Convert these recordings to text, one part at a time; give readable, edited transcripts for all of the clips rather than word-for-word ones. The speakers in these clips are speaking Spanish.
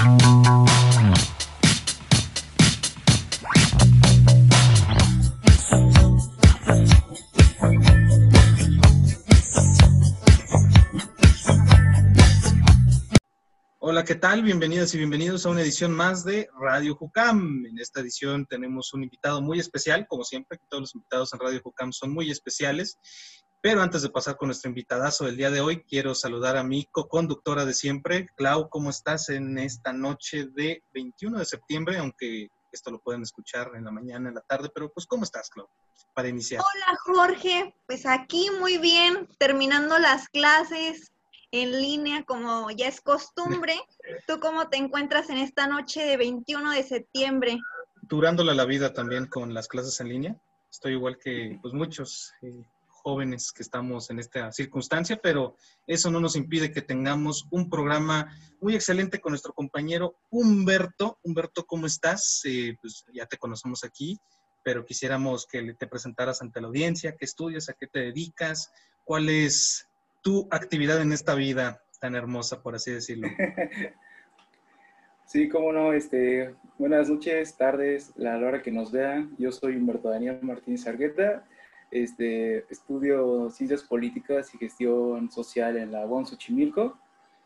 Hola, ¿qué tal? Bienvenidas y bienvenidos a una edición más de Radio Jucam. En esta edición tenemos un invitado muy especial, como siempre, que todos los invitados en Radio Jucam son muy especiales. Pero antes de pasar con nuestro invitadazo del día de hoy, quiero saludar a mi co-conductora de siempre. Clau, ¿cómo estás en esta noche de 21 de septiembre? Aunque esto lo pueden escuchar en la mañana, en la tarde, pero pues, ¿cómo estás, Clau? Para iniciar. Hola, Jorge, pues aquí muy bien, terminando las clases en línea como ya es costumbre. ¿Tú cómo te encuentras en esta noche de 21 de septiembre? Durándola la vida también con las clases en línea. Estoy igual que pues muchos jóvenes que estamos en esta circunstancia, pero eso no nos impide que tengamos un programa muy excelente con nuestro compañero Humberto. Humberto, ¿cómo estás? Pues ya te conocemos aquí, pero quisiéramos que te presentaras ante la audiencia, qué estudias, a qué te dedicas, cuál es tu actividad en esta vida tan hermosa, por así decirlo. Sí, cómo no, buenas noches, tardes, a la hora que nos vean. Yo soy Humberto Daniel Martínez Argueta, estudio Ciencias Políticas y Gestión Social en la UAM Xochimilco.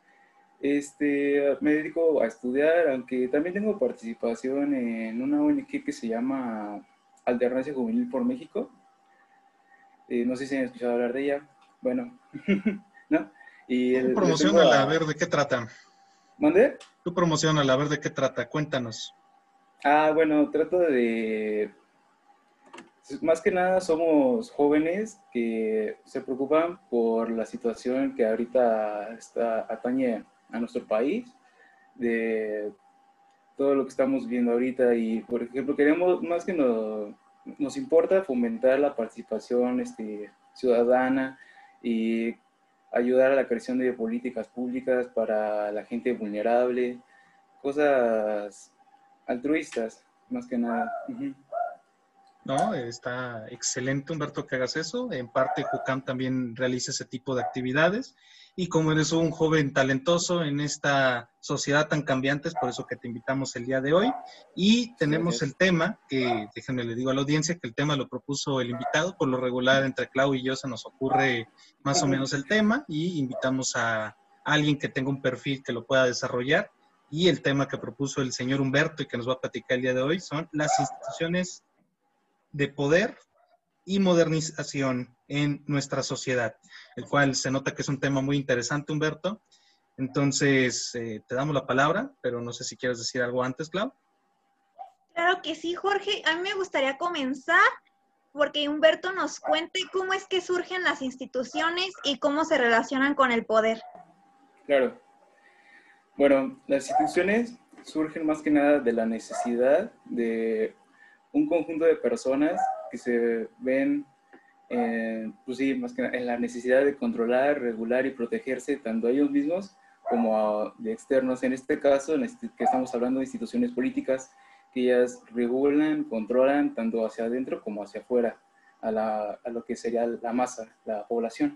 Me dedico a estudiar, aunque también tengo participación en una ONG que se llama Alternancia Juvenil por México. No sé si han escuchado hablar de ella. Bueno, ¿no? Y Promociónala, a ver de qué trata. ¿Mande? Tú promociónala, a ver de qué trata, cuéntanos. Bueno, trato de... Más que nada somos jóvenes que se preocupan por la situación que ahorita atañe a nuestro país, de todo lo que estamos viendo ahorita y, por ejemplo, queremos, más que nos importa fomentar la participación ciudadana y ayudar a la creación de políticas públicas para la gente vulnerable, cosas altruistas, más que nada. Uh-huh. No, está excelente, Humberto, que hagas eso. En parte, Jucam también realiza ese tipo de actividades. Y como eres un joven talentoso en esta sociedad tan cambiante, es por eso que te invitamos el día de hoy. Y tenemos el tema, que déjenme le digo a la audiencia, que el tema lo propuso el invitado. Por lo regular, entre Clau y yo se nos ocurre más o menos el tema y invitamos a alguien que tenga un perfil que lo pueda desarrollar. Y el tema que propuso el señor Humberto y que nos va a platicar el día de hoy son las instituciones de poder y modernización en nuestra sociedad, el cual se nota que es un tema muy interesante, Humberto. Entonces, te damos la palabra, pero no sé si quieres decir algo antes, Clau. Claro que sí, Jorge. A mí me gustaría comenzar porque Humberto nos cuente cómo es que surgen las instituciones y cómo se relacionan con el poder. Claro. Bueno, las instituciones surgen más que nada de la necesidad de un conjunto de personas que se ven, pues sí, más que nada en la necesidad de controlar, regular y protegerse tanto a ellos mismos como de externos. En este caso, que estamos hablando de instituciones políticas que ellas regulan, controlan tanto hacia adentro como hacia afuera, a lo que sería la masa, la población.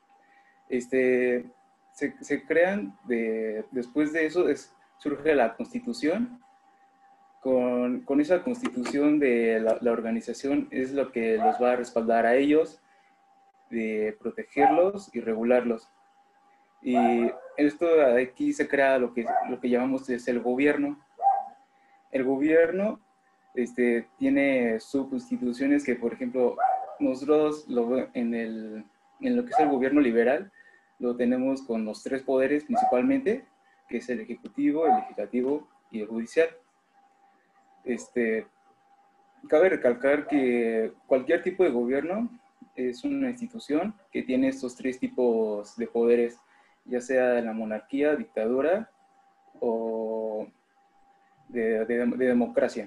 Se crean, después de eso surge la Constitución. Con esa Constitución de la organización es lo que los va a respaldar a ellos, de protegerlos y regularlos. Y esto aquí se crea lo que llamamos es el gobierno. El gobierno tiene subinstituciones que, por ejemplo, nosotros en lo que es el gobierno liberal, lo tenemos con los tres poderes principalmente, que es el ejecutivo, el legislativo y el judicial. Cabe recalcar que cualquier tipo de gobierno es una institución que tiene estos tres tipos de poderes, ya sea la monarquía, dictadura o de democracia.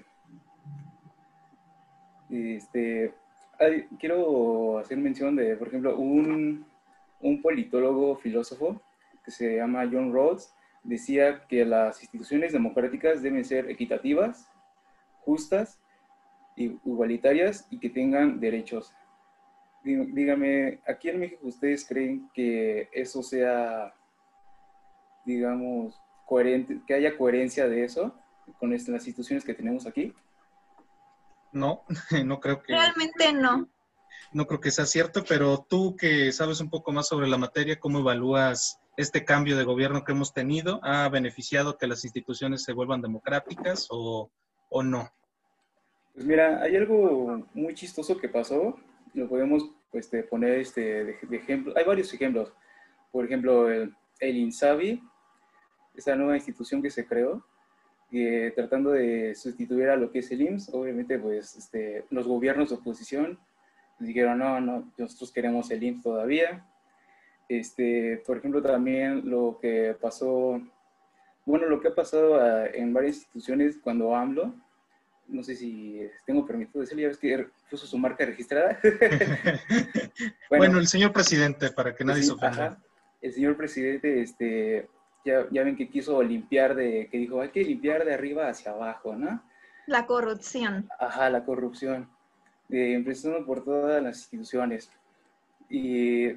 Quiero hacer mención de, por ejemplo, un politólogo filósofo que se llama John Rawls, decía que las instituciones democráticas deben ser equitativas, justas, igualitarias y que tengan derechos. Dígame, ¿aquí en México ustedes creen que eso sea, digamos, coherente, que haya coherencia de eso con las instituciones que tenemos aquí? No, no creo que, Realmente no. no creo que sea cierto, pero tú que sabes un poco más sobre la materia, ¿cómo evalúas este cambio de gobierno que hemos tenido? ¿Ha beneficiado que las instituciones se vuelvan democráticas o no? Pues mira, hay algo muy chistoso que pasó, lo podemos poner de ejemplo. Hay varios ejemplos. Por ejemplo, el INSABI, esa nueva institución que se creó, tratando de sustituir a lo que es el IMSS. Obviamente, pues los gobiernos de oposición dijeron, no, no, nosotros queremos el IMSS todavía. Por ejemplo, también lo que pasó, bueno, lo que ha pasado en varias instituciones cuando AMLO, no sé si tengo permitido decirle, ya ves que puso su marca registrada. Bueno, Bueno, el señor presidente, para que nadie se ofenda. ajá, el señor presidente, ya ven que quiso limpiar que dijo, hay que limpiar de arriba hacia abajo, ¿no? La corrupción. Ajá, la corrupción, empezando por todas las instituciones. Y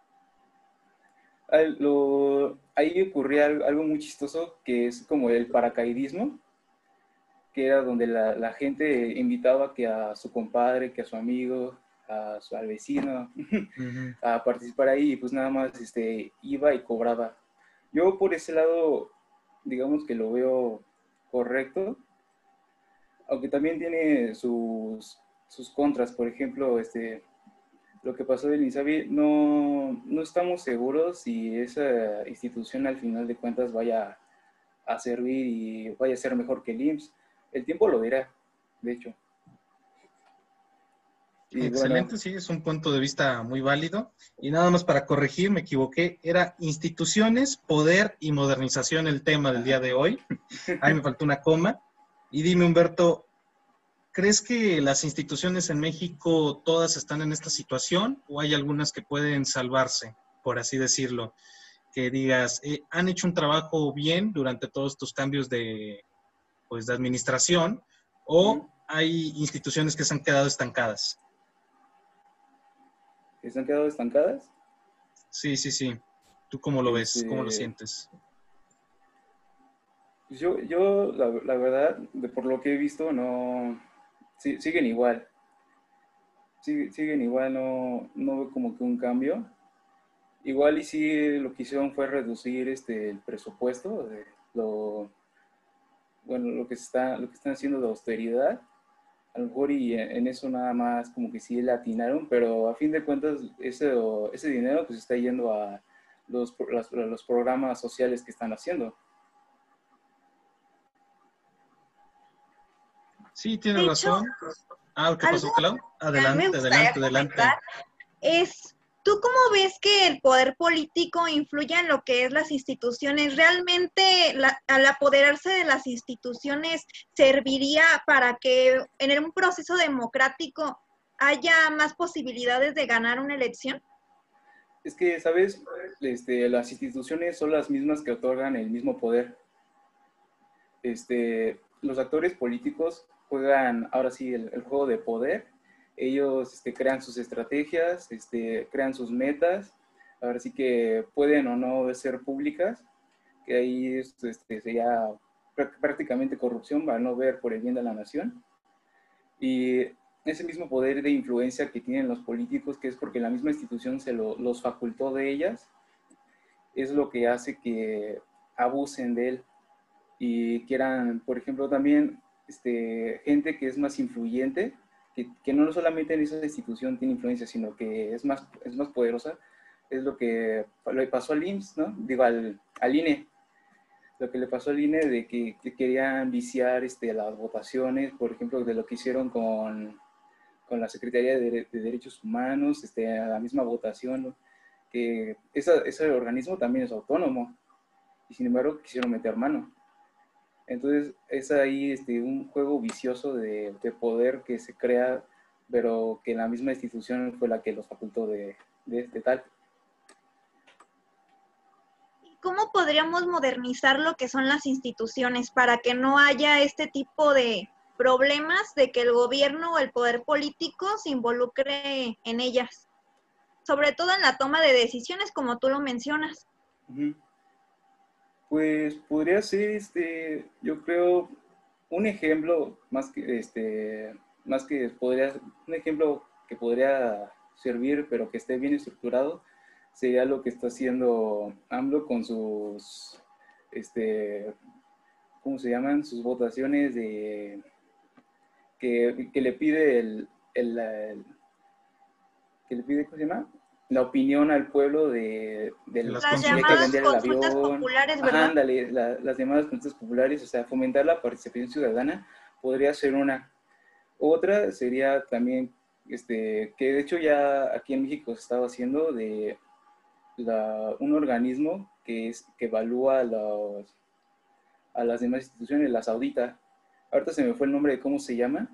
ahí ocurría algo muy chistoso, que es como el paracaidismo, que era donde la gente invitaba que a su compadre, que a su amigo, al vecino, Ujú. a participar ahí, y pues nada más iba y cobraba. Yo por ese lado, digamos que lo veo correcto, aunque también tiene sus contras. Por ejemplo, lo que pasó del INSABI, no estamos seguros si esa institución al final de cuentas vaya a servir y vaya a ser mejor que el IMSS. El tiempo lo dirá, de hecho. Y bueno, Excelente, sí, es un punto de vista muy válido. Y nada más para corregir, me equivoqué, era instituciones, poder y modernización el tema del día de hoy. Ahí me faltó una coma. Y dime, Humberto, ¿crees que las instituciones en México todas están en esta situación o hay algunas que pueden salvarse, por así decirlo? Que digas, han hecho un trabajo bien durante todos estos cambios pues, de administración o hay instituciones que se han quedado estancadas. ¿se han quedado estancadas? Sí, sí, sí. ¿Tú cómo lo ves? ¿Cómo lo Este, sientes? pues yo la verdad, por lo que he visto, no, siguen igual. Siguen igual, no veo como que un cambio. Igual y sí lo que hicieron fue reducir el presupuesto, bueno, lo que están haciendo de austeridad. A lo mejor y en eso nada más como que sí le atinaron, pero a fin de cuentas ese dinero pues está yendo a los programas sociales que están haciendo. Sí, De tienes hecho, razón. Ah, ¿qué pasó, algo Clau? que a mí me Adelante, gustaría adelante, comentar adelante. es, ¿tú cómo ves que el poder político influye en lo que es las instituciones? ¿Realmente al apoderarse de las instituciones serviría para que en un proceso democrático haya más posibilidades de ganar una elección? Es que, ¿sabes? Las instituciones son las mismas que otorgan el mismo poder. Los actores políticos juegan ahora sí el juego de poder. Ellos crean sus estrategias, crean sus metas. Ahora sí que pueden o no ser públicas, que ahí sería prácticamente corrupción para no ver por el bien de la nación. Y ese mismo poder de influencia que tienen los políticos, que es porque la misma institución los facultó de ellas, es lo que hace que abusen de él y quieran, por ejemplo, también gente que es más influyente, que no solamente en esa institución tiene influencia, sino que es más poderosa. Es lo que le pasó al IMSS, ¿no? Digo, al INE. Lo que le pasó al INE de que querían viciar las votaciones, por ejemplo, de lo que hicieron con la Secretaría de Derechos Humanos, a la misma votación, ¿no? Que ese organismo también es autónomo, y sin embargo quisieron meter mano. Entonces es ahí un juego vicioso de poder que se crea, pero que la misma institución fue la que los facultó de tal. ¿Cómo podríamos modernizar lo que son las instituciones para que no haya este tipo de problemas de que el gobierno o el poder político se involucre en ellas? Sobre todo en la toma de decisiones, como tú lo mencionas. Uh-huh. Pues podría ser, yo creo, un ejemplo más que podría, un ejemplo que podría servir, pero que esté bien estructurado, sería lo que está haciendo AMLO con sus, ¿cómo se llaman? Sus votaciones que le pide que le pide, ¿cómo se llama? La opinión al pueblo del Las Las si hay que consultas. llamadas vender el consultas avión. populares, Ajá, ¿verdad? ándale, las llamadas consultas populares, o sea, fomentar la participación ciudadana podría ser una. Otra sería también, que de hecho ya aquí en México se estaba haciendo de un organismo que evalúa a las demás instituciones, las audita. Ahorita se me fue el nombre de cómo se llama,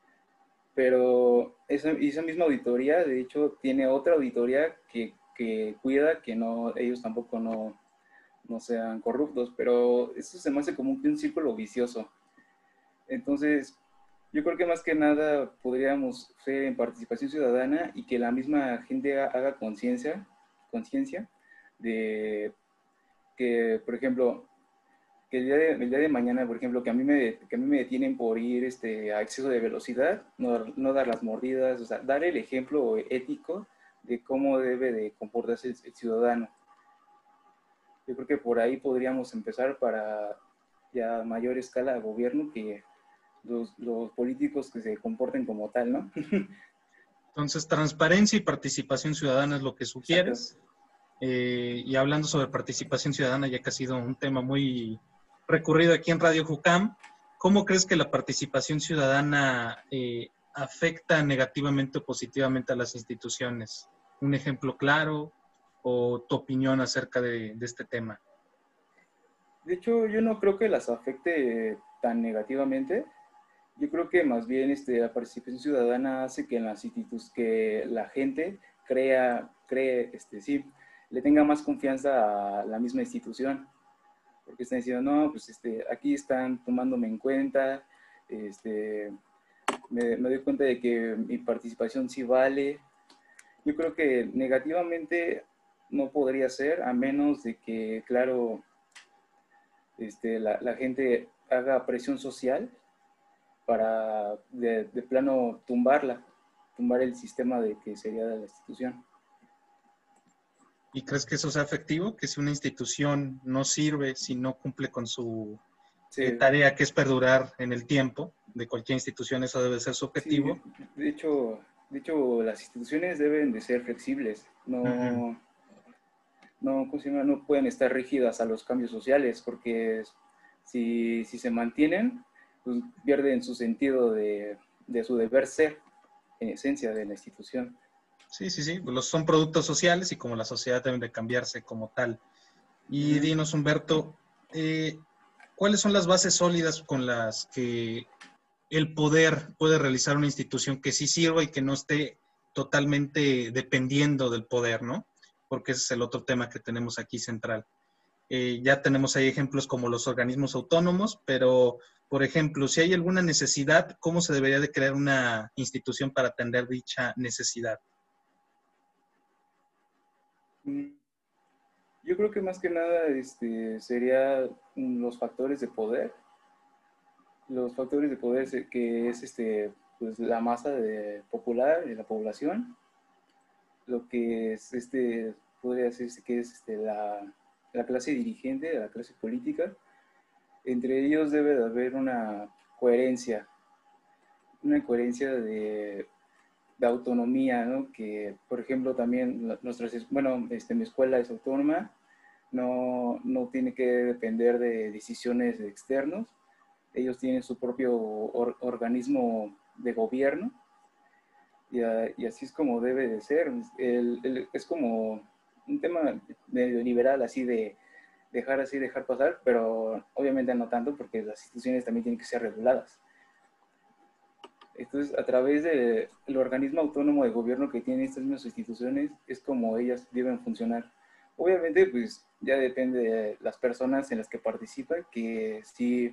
pero esa misma auditoría, de hecho, tiene otra auditoría que cuida que no, ellos tampoco no sean corruptos, pero eso se me hace como un círculo vicioso. Entonces, yo creo que más que nada podríamos ser en participación ciudadana y que la misma gente haga conciencia de que, por ejemplo, que el día de mañana, por ejemplo, que a mí me detienen por ir a exceso de velocidad, no dar las mordidas, o sea, dar el ejemplo ético de cómo debe de comportarse el ciudadano. Yo creo que por ahí podríamos empezar para ya mayor escala de gobierno que los políticos que se comporten como tal, ¿no? Entonces, transparencia y participación ciudadana es lo que Exacto. sugieres. Y hablando sobre participación ciudadana, ya que ha sido un tema muy recurrido aquí en Radio Jucam, ¿cómo crees que la participación ciudadana afecta negativamente o positivamente a las instituciones? ¿Un ejemplo claro o tu opinión acerca de este tema? De hecho, yo no creo que las afecte tan negativamente. Yo creo que más bien la participación ciudadana hace que en las que la gente sí, le tenga más confianza a la misma institución, porque están diciendo, no, pues aquí están tomándome en cuenta, este, me doy cuenta de que mi participación sí vale. Yo creo que negativamente no podría ser, a menos de que, claro, la gente haga presión social para de plano tumbar el sistema de que sería de la institución. ¿Y crees que eso sea efectivo? Que si una institución no sirve, si no cumple con su Sí, tarea que es perdurar en el tiempo de cualquier institución, eso debe ser su sí, objetivo. de hecho las instituciones deben de ser flexibles, Ujú. ¿cómo se llama? No pueden estar rígidas a los cambios sociales, porque si se mantienen, pues pierden su sentido de su deber ser, en esencia, de la institución. Sí, sí, sí. Son productos sociales y como la sociedad deben de cambiarse como tal. Y Uh-huh. dinos, Humberto, ¿cuáles son las bases sólidas con las que el poder puede realizar una institución que sí sirva y que no esté totalmente dependiendo del poder, ¿no? Porque ese es el otro tema que tenemos aquí central. Ya tenemos ahí ejemplos como los organismos autónomos, pero, por ejemplo, si hay alguna necesidad, ¿cómo se debería de crear una institución para atender dicha necesidad? Yo creo que más que nada sería los factores de poder. Los factores de poder que es pues, la masa popular de la población, lo que es podría decirse que es la clase dirigente, la clase política. Entre ellos debe de haber coherencia, una coherencia de autonomía, ¿no? Que, por ejemplo, también mi escuela es autónoma, no tiene que depender de decisiones externos. Ellos tienen su propio organismo de gobierno y así es como debe de ser. Es como un tema medio liberal, así de dejar pasar, pero obviamente no tanto porque las instituciones también tienen que ser reguladas. Entonces, a través del organismo autónomo de gobierno que tienen estas mismas instituciones, es como ellas deben funcionar. Obviamente, pues ya depende de las personas en las que participan, que sí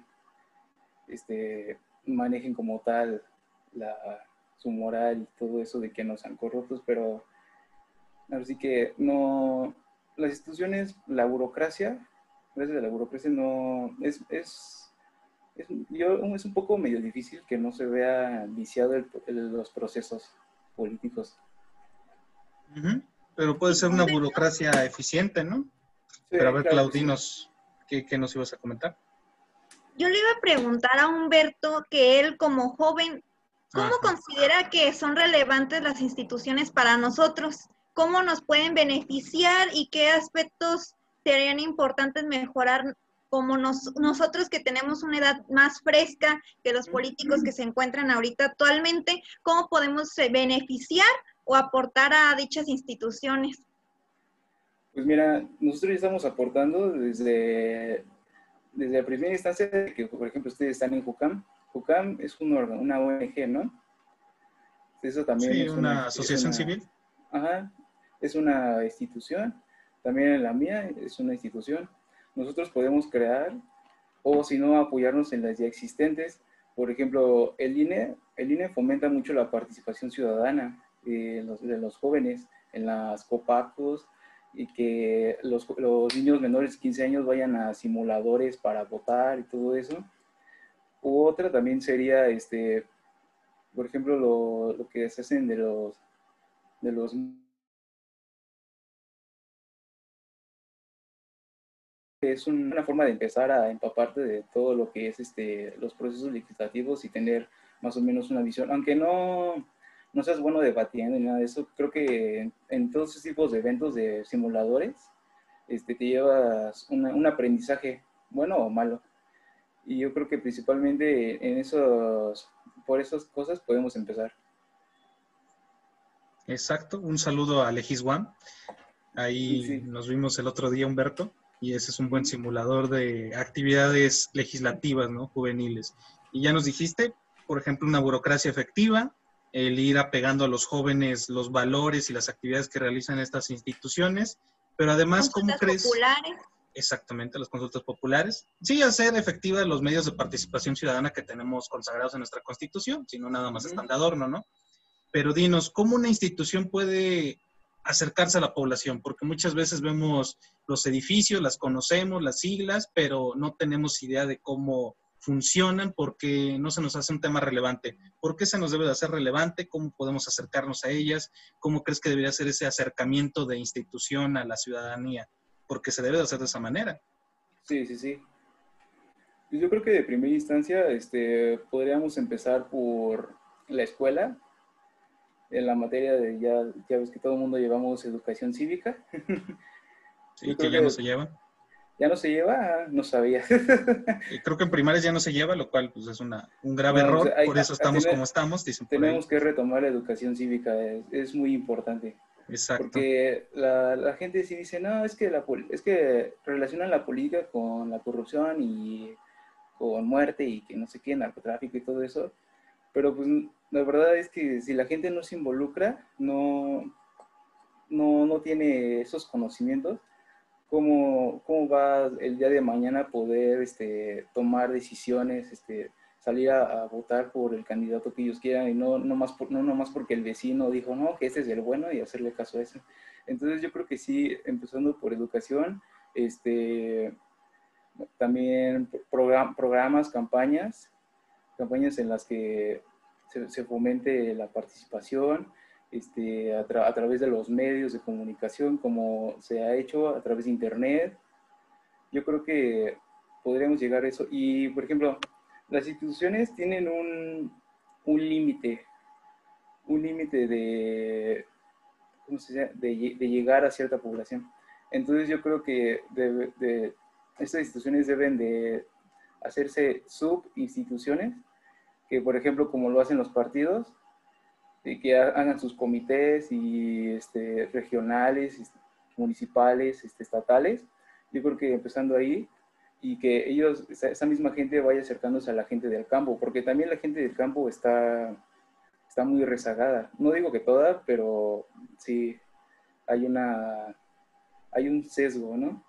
manejen como tal la, su moral y todo eso de que no sean corruptos, pero así que no, las instituciones, la burocracia gracias a la burocracia no, es un poco medio difícil que no se vea viciado los procesos políticos. Pero puede ser una burocracia eficiente, ¿no? Sí, Pero a ver, claro que sí. Claudinos, ¿qué nos ibas a comentar? Yo le iba a preguntar a Humberto que él como joven, ¿cómo Ajá. considera que son relevantes las instituciones para nosotros? ¿Cómo nos pueden beneficiar y qué aspectos serían importantes mejorar como nosotros que tenemos una edad más fresca que los políticos que se encuentran ahorita actualmente? ¿Cómo podemos beneficiar o aportar a dichas instituciones? Pues mira, nosotros ya estamos aportando desde la primera instancia de que, por ejemplo, ustedes están en JUCAM. JUCAM es una ONG, ¿no? Eso también Sí, una asociación civil. Ajá, es una institución. También la mía es una institución. Nosotros podemos crear, o si no, apoyarnos en las ya existentes. Por ejemplo, el INE fomenta mucho la participación ciudadana de los jóvenes en las COPACOS y que los niños menores de 15 años vayan a simuladores para votar y todo eso. U otra también sería, por ejemplo, lo que se hacen de los es una forma de empezar a empaparte de todo lo que es los procesos legislativos y tener más o menos una visión, aunque no seas bueno debatiendo ni nada de eso. Creo que en todos esos tipos de eventos de simuladores te llevas un aprendizaje, bueno o malo. Y yo creo que principalmente por esas cosas podemos empezar. Exacto, un saludo a Legiswan. Ahí Sí. nos vimos el otro día, Humberto, y ese es un buen simulador de actividades legislativas, ¿no? Juveniles. Y ya nos dijiste, por ejemplo, una burocracia efectiva, el ir apegando a los jóvenes los valores y las actividades que realizan estas instituciones, pero además, ¿cómo Consultas crees? populares. Exactamente, las consultas populares. Sí, hacer efectivas los medios de participación ciudadana que tenemos consagrados en nuestra Constitución, si no nada más están de adorno, ¿no? Pero dinos, ¿cómo una institución puede acercarse a la población? Porque muchas veces vemos los edificios, las conocemos, las siglas, pero no tenemos idea de cómo funcionan porque no se nos hace un tema relevante. ¿Por qué se nos debe de hacer relevante? ¿Cómo podemos acercarnos a ellas? ¿Cómo crees que debería ser ese acercamiento de institución a la ciudadanía? Porque se debe de hacer de esa manera. Sí, sí, sí. Pues yo creo que de primera instancia podríamos empezar por la escuela, en la materia de, ya ves que todo el mundo llevamos educación cívica. Sí, Yo que creo ya no que se lleva. ya no se lleva, no sabía. Creo que en primarias ya no se lleva, lo cual pues, es un grave No, pues, error. Por eso estamos como estamos, dicen por ahí. tenemos que retomar la educación cívica, es muy importante. Exacto. Porque la gente sí dice, no, es que relacionan la política con la corrupción y con muerte y que no sé qué, narcotráfico y todo eso. Pero pues la verdad es que si la gente no se involucra, no tiene esos conocimientos, ¿cómo va el día de mañana a poder tomar decisiones, salir a votar por el candidato que ellos quieran y no nomás porque el vecino dijo, no, que este es el bueno y hacerle caso a ese? Entonces yo creo que sí, empezando por educación, también programas, campañas en las que se fomente la participación a través de los medios de comunicación, como se ha hecho a través de Internet. Yo creo que podríamos llegar a eso. Y, por ejemplo, las instituciones tienen un límite ¿cómo se llama? De llegar a cierta población. Entonces yo creo que estas instituciones deben de hacerse subinstituciones, que por ejemplo, como lo hacen los partidos, y que hagan sus comités y regionales, municipales, estatales. Yo creo que empezando ahí, y que esa misma gente vaya acercándose a la gente del campo, porque también la gente del campo está muy rezagada. No digo que toda, pero sí hay un sesgo, ¿no?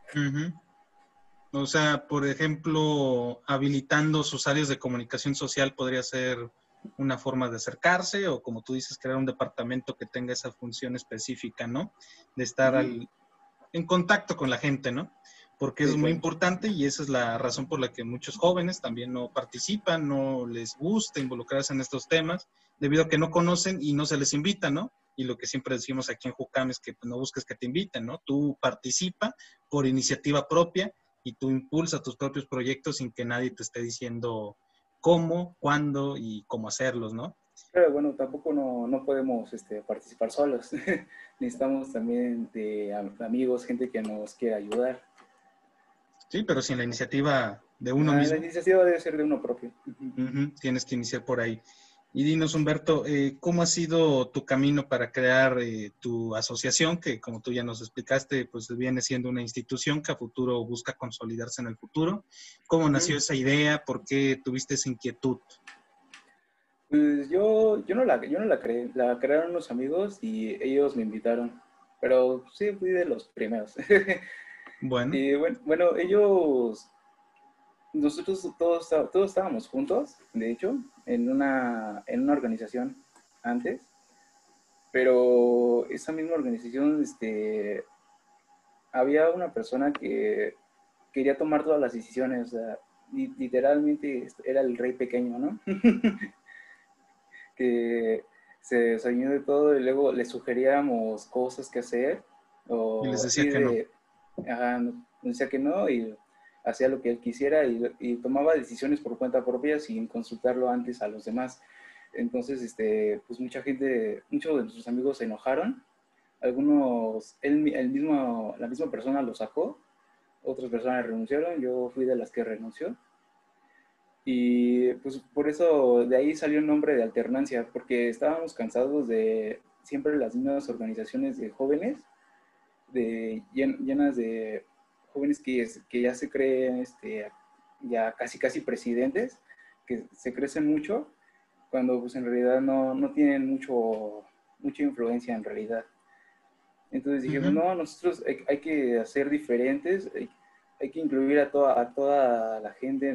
O sea, por ejemplo, habilitando sus áreas de comunicación social podría ser una forma de acercarse, o como tú dices, crear un departamento que tenga esa función específica, ¿no? De estar en contacto con la gente, ¿no? porque eso es muy importante y esa es la razón por la que muchos jóvenes también no participan, no les gusta involucrarse en estos temas, debido a que no conocen y no se les invita, ¿no? Y lo que siempre decimos aquí en Jucam es que pues, no busques que te inviten, ¿no? Tú participa por iniciativa propia y tú impulsa tus propios proyectos sin que nadie te esté diciendo cómo, cuándo y cómo hacerlos, ¿no? Pero bueno, tampoco no podemos participar solos. Necesitamos también de amigos, gente que nos quiera ayudar. Sí, pero sin la iniciativa de uno mismo. La iniciativa debe ser de uno propio. Tienes que iniciar por ahí. Y dinos, Humberto, ¿cómo ha sido tu camino para crear tu asociación, que como tú ya nos explicaste, pues viene siendo una institución que a futuro busca consolidarse en el futuro? ¿Cómo nació esa idea? ¿Por qué tuviste esa inquietud? Pues yo no la creé, la crearon unos amigos y ellos me invitaron, pero sí fui de los primeros. Bueno. Y bueno, nosotros todos estábamos juntos, de hecho, en una organización antes, pero esa misma organización, había una persona que quería tomar todas las decisiones, o sea, literalmente era el rey pequeño, ¿no? Que se soñó de todo y luego le sugeríamos cosas que hacer, Y les o decía así que no. ajá, nos decía que no y hacía lo que él quisiera y tomaba decisiones por cuenta propia sin consultarlo antes a los demás. Entonces, pues muchos de nuestros amigos se enojaron. Algunos, la misma persona lo sacó, otras personas renunciaron, yo fui de las que renunció. Y pues por eso de ahí salió el nombre de Alternancia, porque estábamos cansados de siempre las mismas organizaciones de jóvenes, llenas de jóvenes que ya se creen ya casi presidentes, que se crecen mucho, cuando pues en realidad no tienen mucha influencia en realidad. Entonces dijimos, no, nosotros hay que ser diferentes, hay que incluir a toda la gente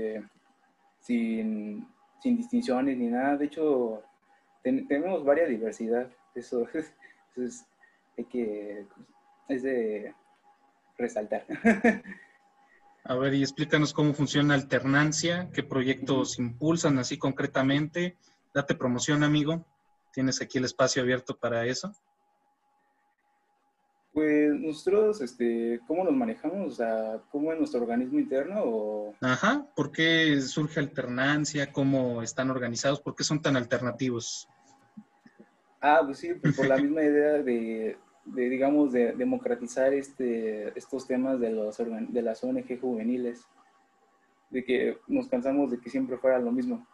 sin distinciones ni nada. De hecho, tenemos varias diversidad. Eso es, es de resaltar. A ver, y explícanos cómo funciona Alternancia, qué proyectos impulsan así concretamente. Date promoción, amigo. Tienes aquí el espacio abierto para eso. Pues nosotros, ¿cómo nos manejamos? O sea, ¿cómo es nuestro organismo interno? O... Ajá, ¿por qué surge Alternancia? ¿Cómo están organizados? ¿Por qué son tan alternativos? Pues sí, pues por la misma idea digamos, de democratizar estos temas de las ONG juveniles, de que nos cansamos de que siempre fuera lo mismo.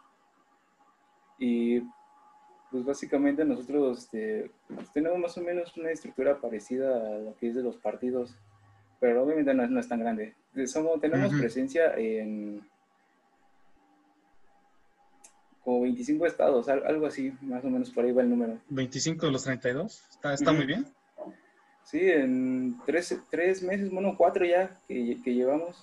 Y pues básicamente nosotros pues tenemos más o menos una estructura parecida a lo que es de los partidos, pero obviamente no es tan grande. Tenemos presencia en como 25 estados, algo así, más o menos por ahí va el número. 25 de los 32, está muy bien. Sí, en 3 meses, bueno, 4 ya que llevamos.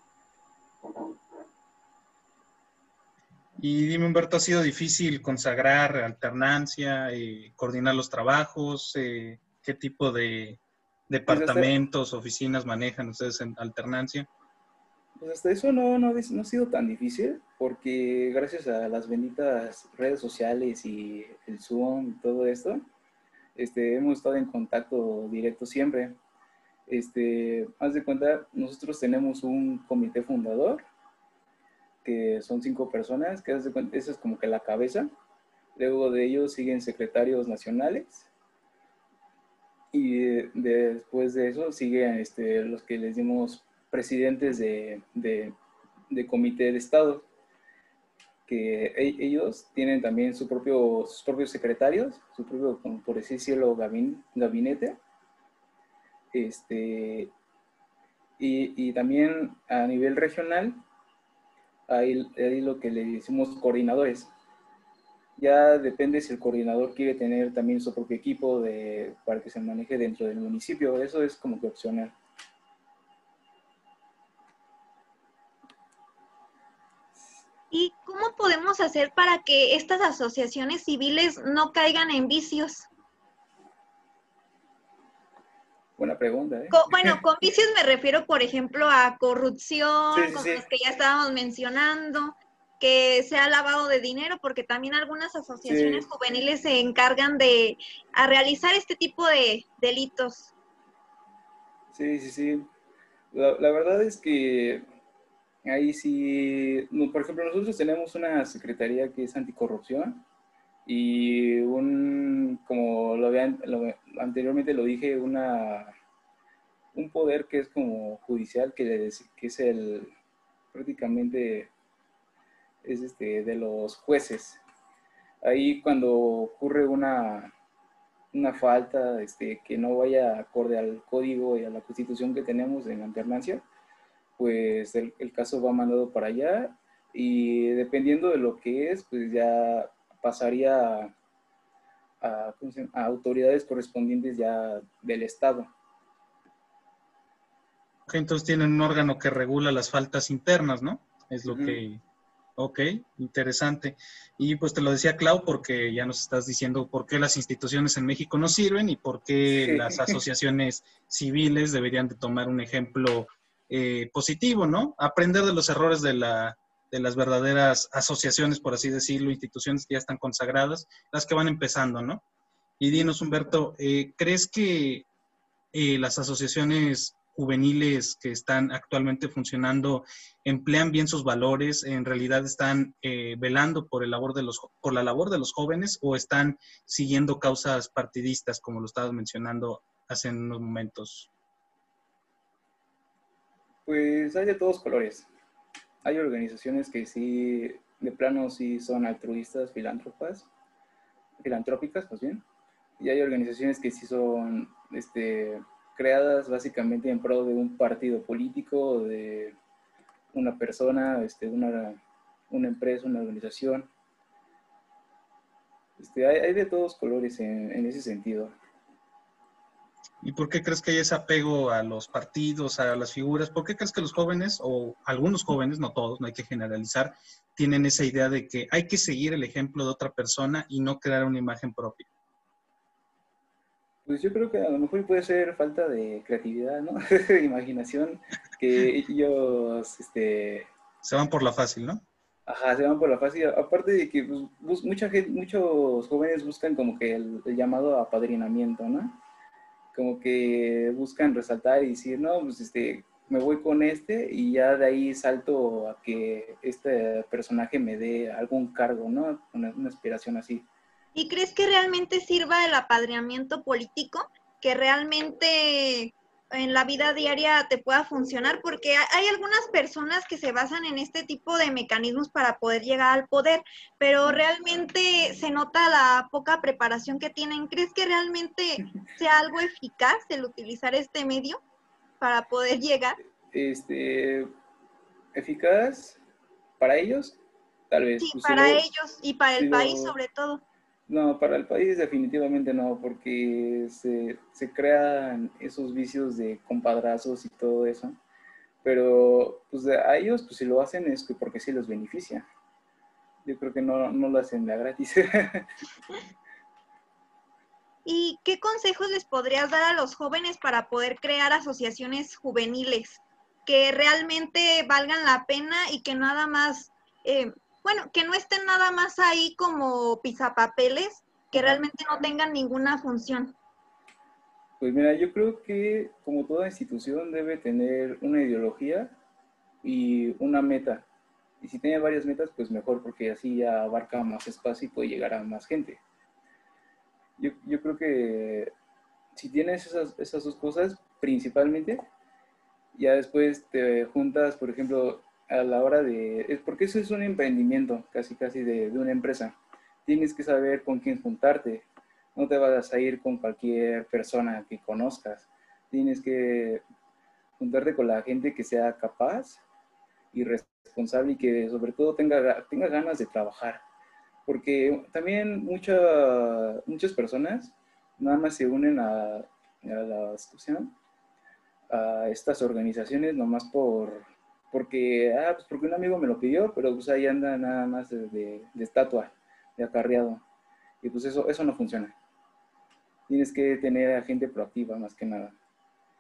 Y dime, Humberto, ¿ha sido difícil consagrar Alternancia, coordinar los trabajos? ¿Qué tipo de Pues departamentos, oficinas manejan ustedes en Alternancia? Pues hasta eso no ha sido tan difícil, porque gracias a las benditas redes sociales y el Zoom y todo esto, hemos estado en contacto directo siempre. Haz de cuenta, nosotros tenemos un comité fundador, que son 5 personas, que haz de cuenta, esa es como que la cabeza. Luego de ellos siguen secretarios nacionales, y después de eso siguen los que les dimos presidentes de comité de Estado, que ellos tienen también sus propios secretarios, su propio, como por así decirlo, gabinete. Y también a nivel regional hay lo que le decimos coordinadores. Ya depende si el coordinador quiere tener también su propio equipo para que se maneje dentro del municipio. Eso es como que opcional. ¿Y cómo podemos hacer para que estas asociaciones civiles no caigan en vicios? buena pregunta, ¿eh? Bueno, con vicios me refiero, por ejemplo, a corrupción, Sí, sí, como sí. los que ya estábamos mencionando, que sea lavado de dinero, porque también algunas asociaciones Sí, juveniles se encargan de a realizar este tipo de delitos. sí, sí, sí. La verdad es que ahí sí, no, por ejemplo, nosotros tenemos una secretaría que es anticorrupción y como anteriormente lo dije, un poder que es como judicial, que es prácticamente es de los jueces. Ahí cuando ocurre una falta que no vaya acorde al código y a la constitución que tenemos en la alternancia, pues el caso va mandado para allá y dependiendo de lo que es, pues ya pasaría ¿cómo se llama? A autoridades correspondientes ya del Estado. Entonces tienen un órgano que regula las faltas internas, ¿no? Es lo Ujú. que... Ok, interesante. Y pues te lo decía Clau porque ya nos estás diciendo por qué las instituciones en México no sirven y por qué Sí. las asociaciones civiles deberían de tomar un ejemplo positivo, ¿no? Aprender de los errores de las verdaderas asociaciones, por así decirlo, instituciones que ya están consagradas, las que van empezando, ¿no? Y dinos, Humberto, ¿crees que las asociaciones juveniles que están actualmente funcionando emplean bien sus valores, en realidad están velando por por la labor de los jóvenes o están siguiendo causas partidistas, como lo estabas mencionando hace unos momentos? Pues hay de todos colores. Hay organizaciones que sí, de plano sí son altruistas, filantrópicas más bien, y hay organizaciones que sí son creadas básicamente en pro de un partido político, de una persona, una empresa, una organización. Hay de todos colores en ese sentido. ¿Y por qué crees que hay ese apego a los partidos, a las figuras? ¿Por qué crees que los jóvenes, o algunos jóvenes, no todos, no hay que generalizar, tienen esa idea de que hay que seguir el ejemplo de otra persona y no crear una imagen propia? Pues yo creo que a lo mejor puede ser falta de creatividad, ¿no? De imaginación, que ellos, Se van por la fácil, ¿no? ajá, se van por la fácil. Aparte de que pues, mucha gente, muchos jóvenes buscan como que el llamado apadrinamiento, ¿no? Como que buscan resaltar y decir, no, pues me voy con y ya de ahí salto a que este personaje me dé algún cargo, ¿no? Una aspiración así. ¿Y crees que realmente sirva el apadrinamiento político? ¿Que realmente en la vida diaria te pueda funcionar? Porque hay algunas personas que se basan en este tipo de mecanismos para poder llegar al poder, pero realmente se nota la poca preparación que tienen. ¿Crees que realmente sea algo eficaz el utilizar este medio para poder llegar? Este, Eficaz para ellos, tal vez. Sí, Pues para ellos y para si el país lo, sobre todo. no, para el país definitivamente no, porque se crean esos vicios de compadrazos y todo eso. Pero pues a ellos, pues si lo hacen es que porque sí los beneficia. Yo creo que no lo hacen de gratis. ¿Y qué consejos les podrías dar a los jóvenes para poder crear asociaciones juveniles que realmente valgan la pena y que nada más, bueno, que no estén nada más ahí como pisapapeles, que Ajá. realmente no tengan ninguna función? Pues mira, yo creo que como toda institución debe tener una ideología y una meta. Y si tiene varias metas, pues mejor, porque así ya abarca más espacio y puede llegar a más gente. Yo creo que si tienes esas dos cosas, principalmente, ya después te juntas, por ejemplo, a la hora porque eso es un emprendimiento, casi casi de una empresa. Tienes que saber con quién juntarte. No te vas a ir con cualquier persona que conozcas. Tienes que juntarte con la gente que sea capaz y responsable y que sobre todo tenga ganas de trabajar. Porque también muchas personas nada más se unen a las, ¿cómo se llama? A estas organizaciones nomás porque un amigo me lo pidió, pero pues ahí anda nada más de estatua, de acarreado. Y pues eso no funciona. Tienes que tener a gente proactiva más que nada.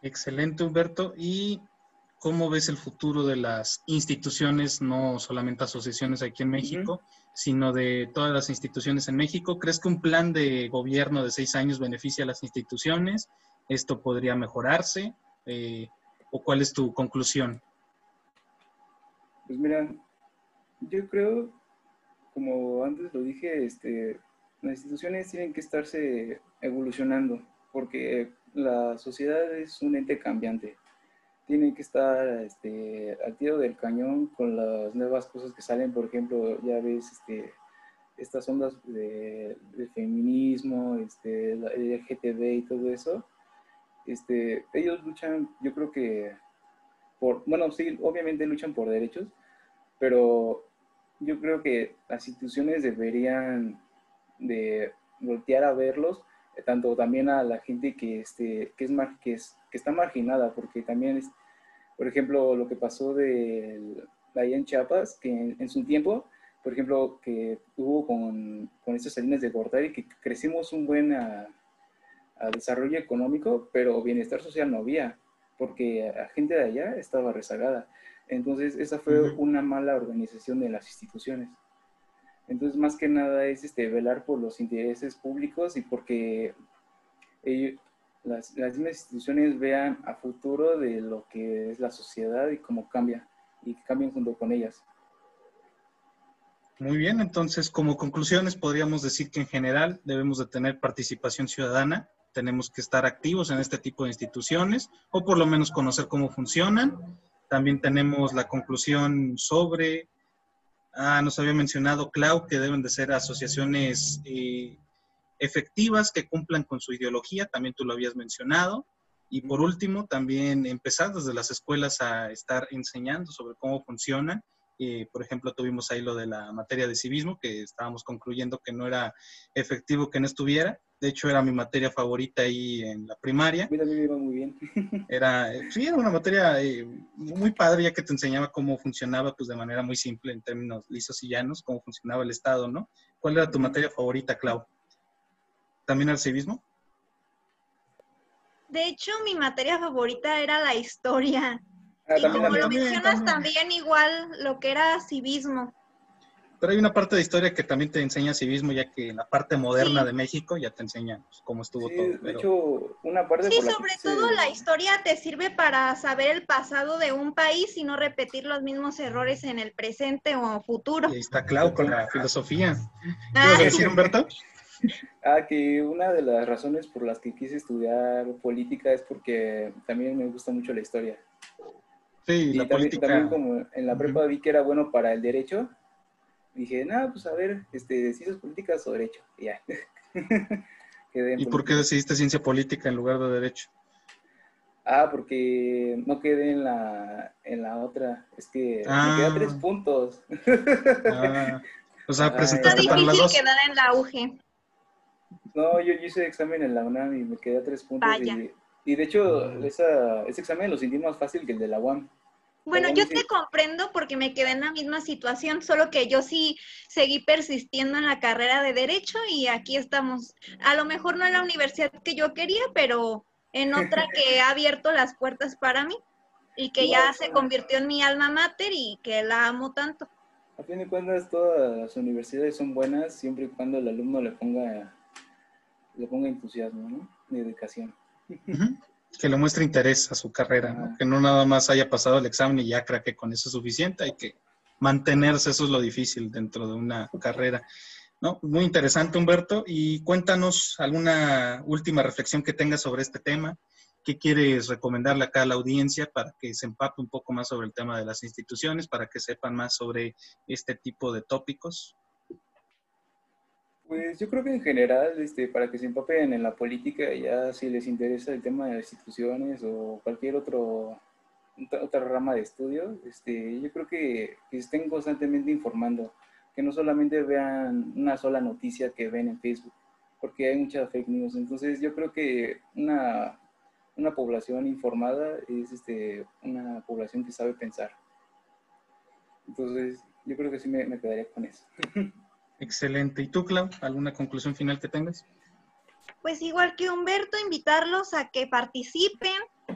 Excelente, Humberto. ¿Y cómo ves el futuro de las instituciones, no solamente asociaciones aquí en México, sino de todas las instituciones en México? ¿Crees que un plan de gobierno de 6 años beneficia a las instituciones? ¿Esto podría mejorarse? ¿O cuál es tu conclusión? Pues mira, yo creo, como antes lo dije, las instituciones tienen que estarse evolucionando, porque la sociedad es un ente cambiante. Tienen que estar al tiro del cañón con las nuevas cosas que salen. Por ejemplo, ya ves estas ondas de feminismo, el LGTB y todo eso. Ellos luchan, yo creo que bueno, sí, obviamente luchan por derechos, pero yo creo que las instituciones deberían de voltear a verlos, tanto también a la gente que está marginada, porque también, por ejemplo, lo que pasó ahí en Chiapas, que en su tiempo, por ejemplo, que hubo con estas salinas de Gortari, que crecimos un buen a desarrollo económico, pero bienestar social no había, porque la gente de allá estaba rezagada. Entonces, esa fue una mala organización de las instituciones. Entonces, más que nada es velar por los intereses públicos y porque las mismas instituciones vean a futuro de lo que es la sociedad y cómo cambia, y que cambien junto con ellas. Muy bien, entonces como conclusiones podríamos decir que en general debemos de tener participación ciudadana, tenemos que estar activos en este tipo de instituciones o por lo menos conocer cómo funcionan. También tenemos la conclusión sobre, nos había mencionado Clau, que deben de ser asociaciones efectivas que cumplan con su ideología, también tú lo habías mencionado. Y por último, también empezar desde las escuelas a estar enseñando sobre cómo funcionan. Por ejemplo, tuvimos ahí lo de la materia de civismo, que estábamos concluyendo que no era efectivo que no estuviera. De hecho, era mi materia favorita ahí en la primaria. A mí también me iba muy bien. Era una materia muy padre, ya que te enseñaba cómo funcionaba, pues de manera muy simple, en términos lisos y llanos, cómo funcionaba el Estado, ¿no? ¿Cuál era tu materia favorita, Clau? ¿También el civismo? De hecho, mi materia favorita era la historia. Y también como lo mencionas, también igual lo que era civismo. Pero hay una parte de historia que también te enseña civismo, ya que en la parte moderna de México ya te enseñan pues, cómo estuvo todo. De hecho, una parte sí, sobre todo la historia te sirve para saber el pasado de un país y no repetir los mismos errores en el presente o futuro. Y ahí está Clau con la filosofía. ¿Qué ibas a decir, Humberto? Que una de las razones por las que quise estudiar política es porque también me gusta mucho la historia. Sí, y la política. También como en la prepa vi que era bueno para el derecho, dije, pues a ver, ciencias políticas o derecho, y ya. ¿Y por qué decidiste ciencia política en lugar de derecho? Porque no quedé en la otra, es que me quedé a 3 puntos. O sea, presentaste para la 2. Está difícil quedar en la UG. No, yo hice examen en la UNAM y me quedé a 3 puntos. Y de hecho, ese examen lo sentí más fácil que el de la UAM. Bueno, yo te comprendo porque me quedé en la misma situación, solo que yo sí seguí persistiendo en la carrera de Derecho y aquí estamos. A lo mejor no en la universidad que yo quería, pero en otra que ha abierto las puertas para mí y que ya se convirtió en mi alma mater y que la amo tanto. A fin de cuentas, todas las universidades son buenas siempre y cuando el alumno le ponga entusiasmo, ¿no? Y dedicación. Que le muestre interés a su carrera, ¿no? Que no nada más haya pasado el examen y ya crea que con eso es suficiente, hay que mantenerse, eso es lo difícil dentro de una carrera, ¿no? Muy interesante, Humberto, y cuéntanos alguna última reflexión que tengas sobre este tema. ¿Qué quieres recomendarle acá a la audiencia para que se empape un poco más sobre el tema de las instituciones, para que sepan más sobre este tipo de tópicos? Pues yo creo que en general, para que se empapen en la política, ya si les interesa el tema de las instituciones o cualquier otra rama de estudio, yo creo que estén constantemente informando, que no solamente vean una sola noticia que ven en Facebook, porque hay mucha fake news. Entonces yo creo que una población informada es una población que sabe pensar. Entonces yo creo que sí me quedaría con eso. Excelente. ¿Y tú, Clau? ¿Alguna conclusión final que tengas? Pues igual que Humberto, invitarlos a que participen,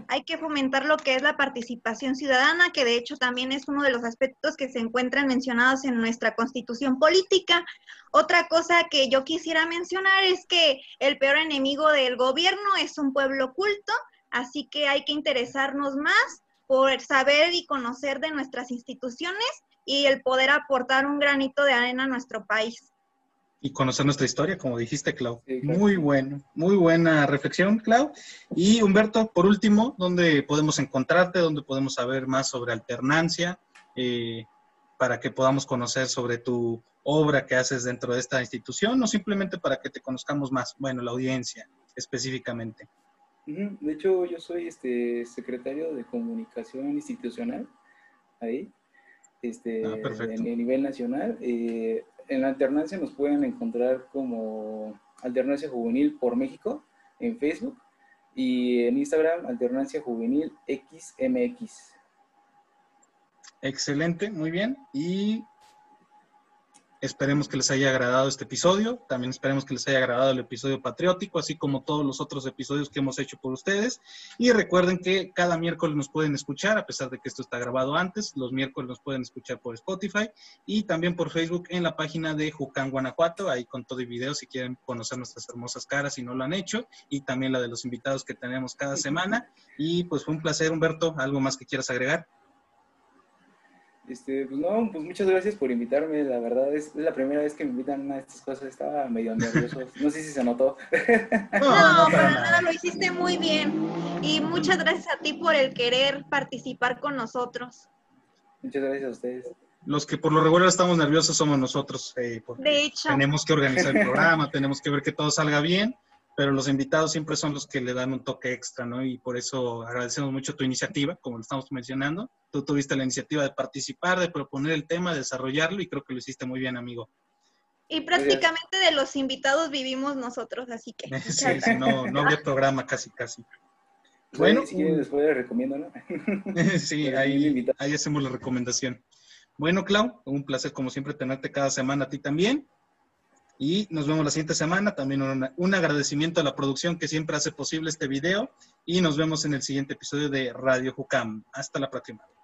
hay que fomentar lo que es la participación ciudadana, que de hecho también es uno de los aspectos que se encuentran mencionados en nuestra Constitución política. Otra cosa que yo quisiera mencionar es que el peor enemigo del gobierno es un pueblo oculto, así que hay que interesarnos más por saber y conocer de nuestras instituciones y el poder aportar un granito de arena a nuestro país. Y conocer nuestra historia, como dijiste, Clau. Sí, claro. Muy bueno, muy buena reflexión, Clau. Y Humberto, por último, ¿dónde podemos encontrarte? ¿Dónde podemos saber más sobre alternancia? Para que podamos conocer sobre tu obra que haces dentro de esta institución, o simplemente para que te conozcamos más, bueno, la audiencia específicamente. De hecho, yo soy secretario de comunicación institucional ahí, Perfecto. a nivel nacional. En la alternancia nos pueden encontrar como Alternancia Juvenil por México en Facebook y en Instagram Alternancia Juvenil XMX. Excelente, muy bien. Y esperemos que les haya agradado este episodio. También esperemos que les haya agradado el episodio patriótico, así como todos los otros episodios que hemos hecho por ustedes. Y recuerden que cada miércoles nos pueden escuchar, a pesar de que esto está grabado antes. Los miércoles nos pueden escuchar por Spotify y también por Facebook en la página de Jucán, Guanajuato, ahí con todo y video si quieren conocer nuestras hermosas caras si no lo han hecho, y también la de los invitados que tenemos cada semana. Y pues fue un placer, Humberto. ¿Algo más que quieras agregar? Pues no, pues muchas gracias por invitarme. La verdad es la primera vez que me invitan a estas cosas. Estaba medio nervioso. No sé si se notó. No, para nada, lo hiciste muy bien. Y muchas gracias a ti por el querer participar con nosotros. Muchas gracias a ustedes. Los que por lo regular estamos nerviosos somos nosotros, porque De hecho, tenemos que organizar el programa, tenemos que ver que todo salga bien, pero los invitados siempre son los que le dan un toque extra, ¿no? Y por eso agradecemos mucho tu iniciativa, como lo estamos mencionando. Tú tuviste la iniciativa de participar, de proponer el tema, de desarrollarlo, y creo que lo hiciste muy bien, amigo. y prácticamente de los invitados vivimos nosotros, así que Sí, sí, no habría programa casi. Bueno, si quieren después les recomiendo, ¿no? Sí, ahí hacemos la recomendación. Bueno, Clau, un placer como siempre tenerte cada semana a ti también. Y nos vemos la siguiente semana. También un agradecimiento a la producción que siempre hace posible este video. Y nos vemos en el siguiente episodio de Radio Jucam. Hasta la próxima.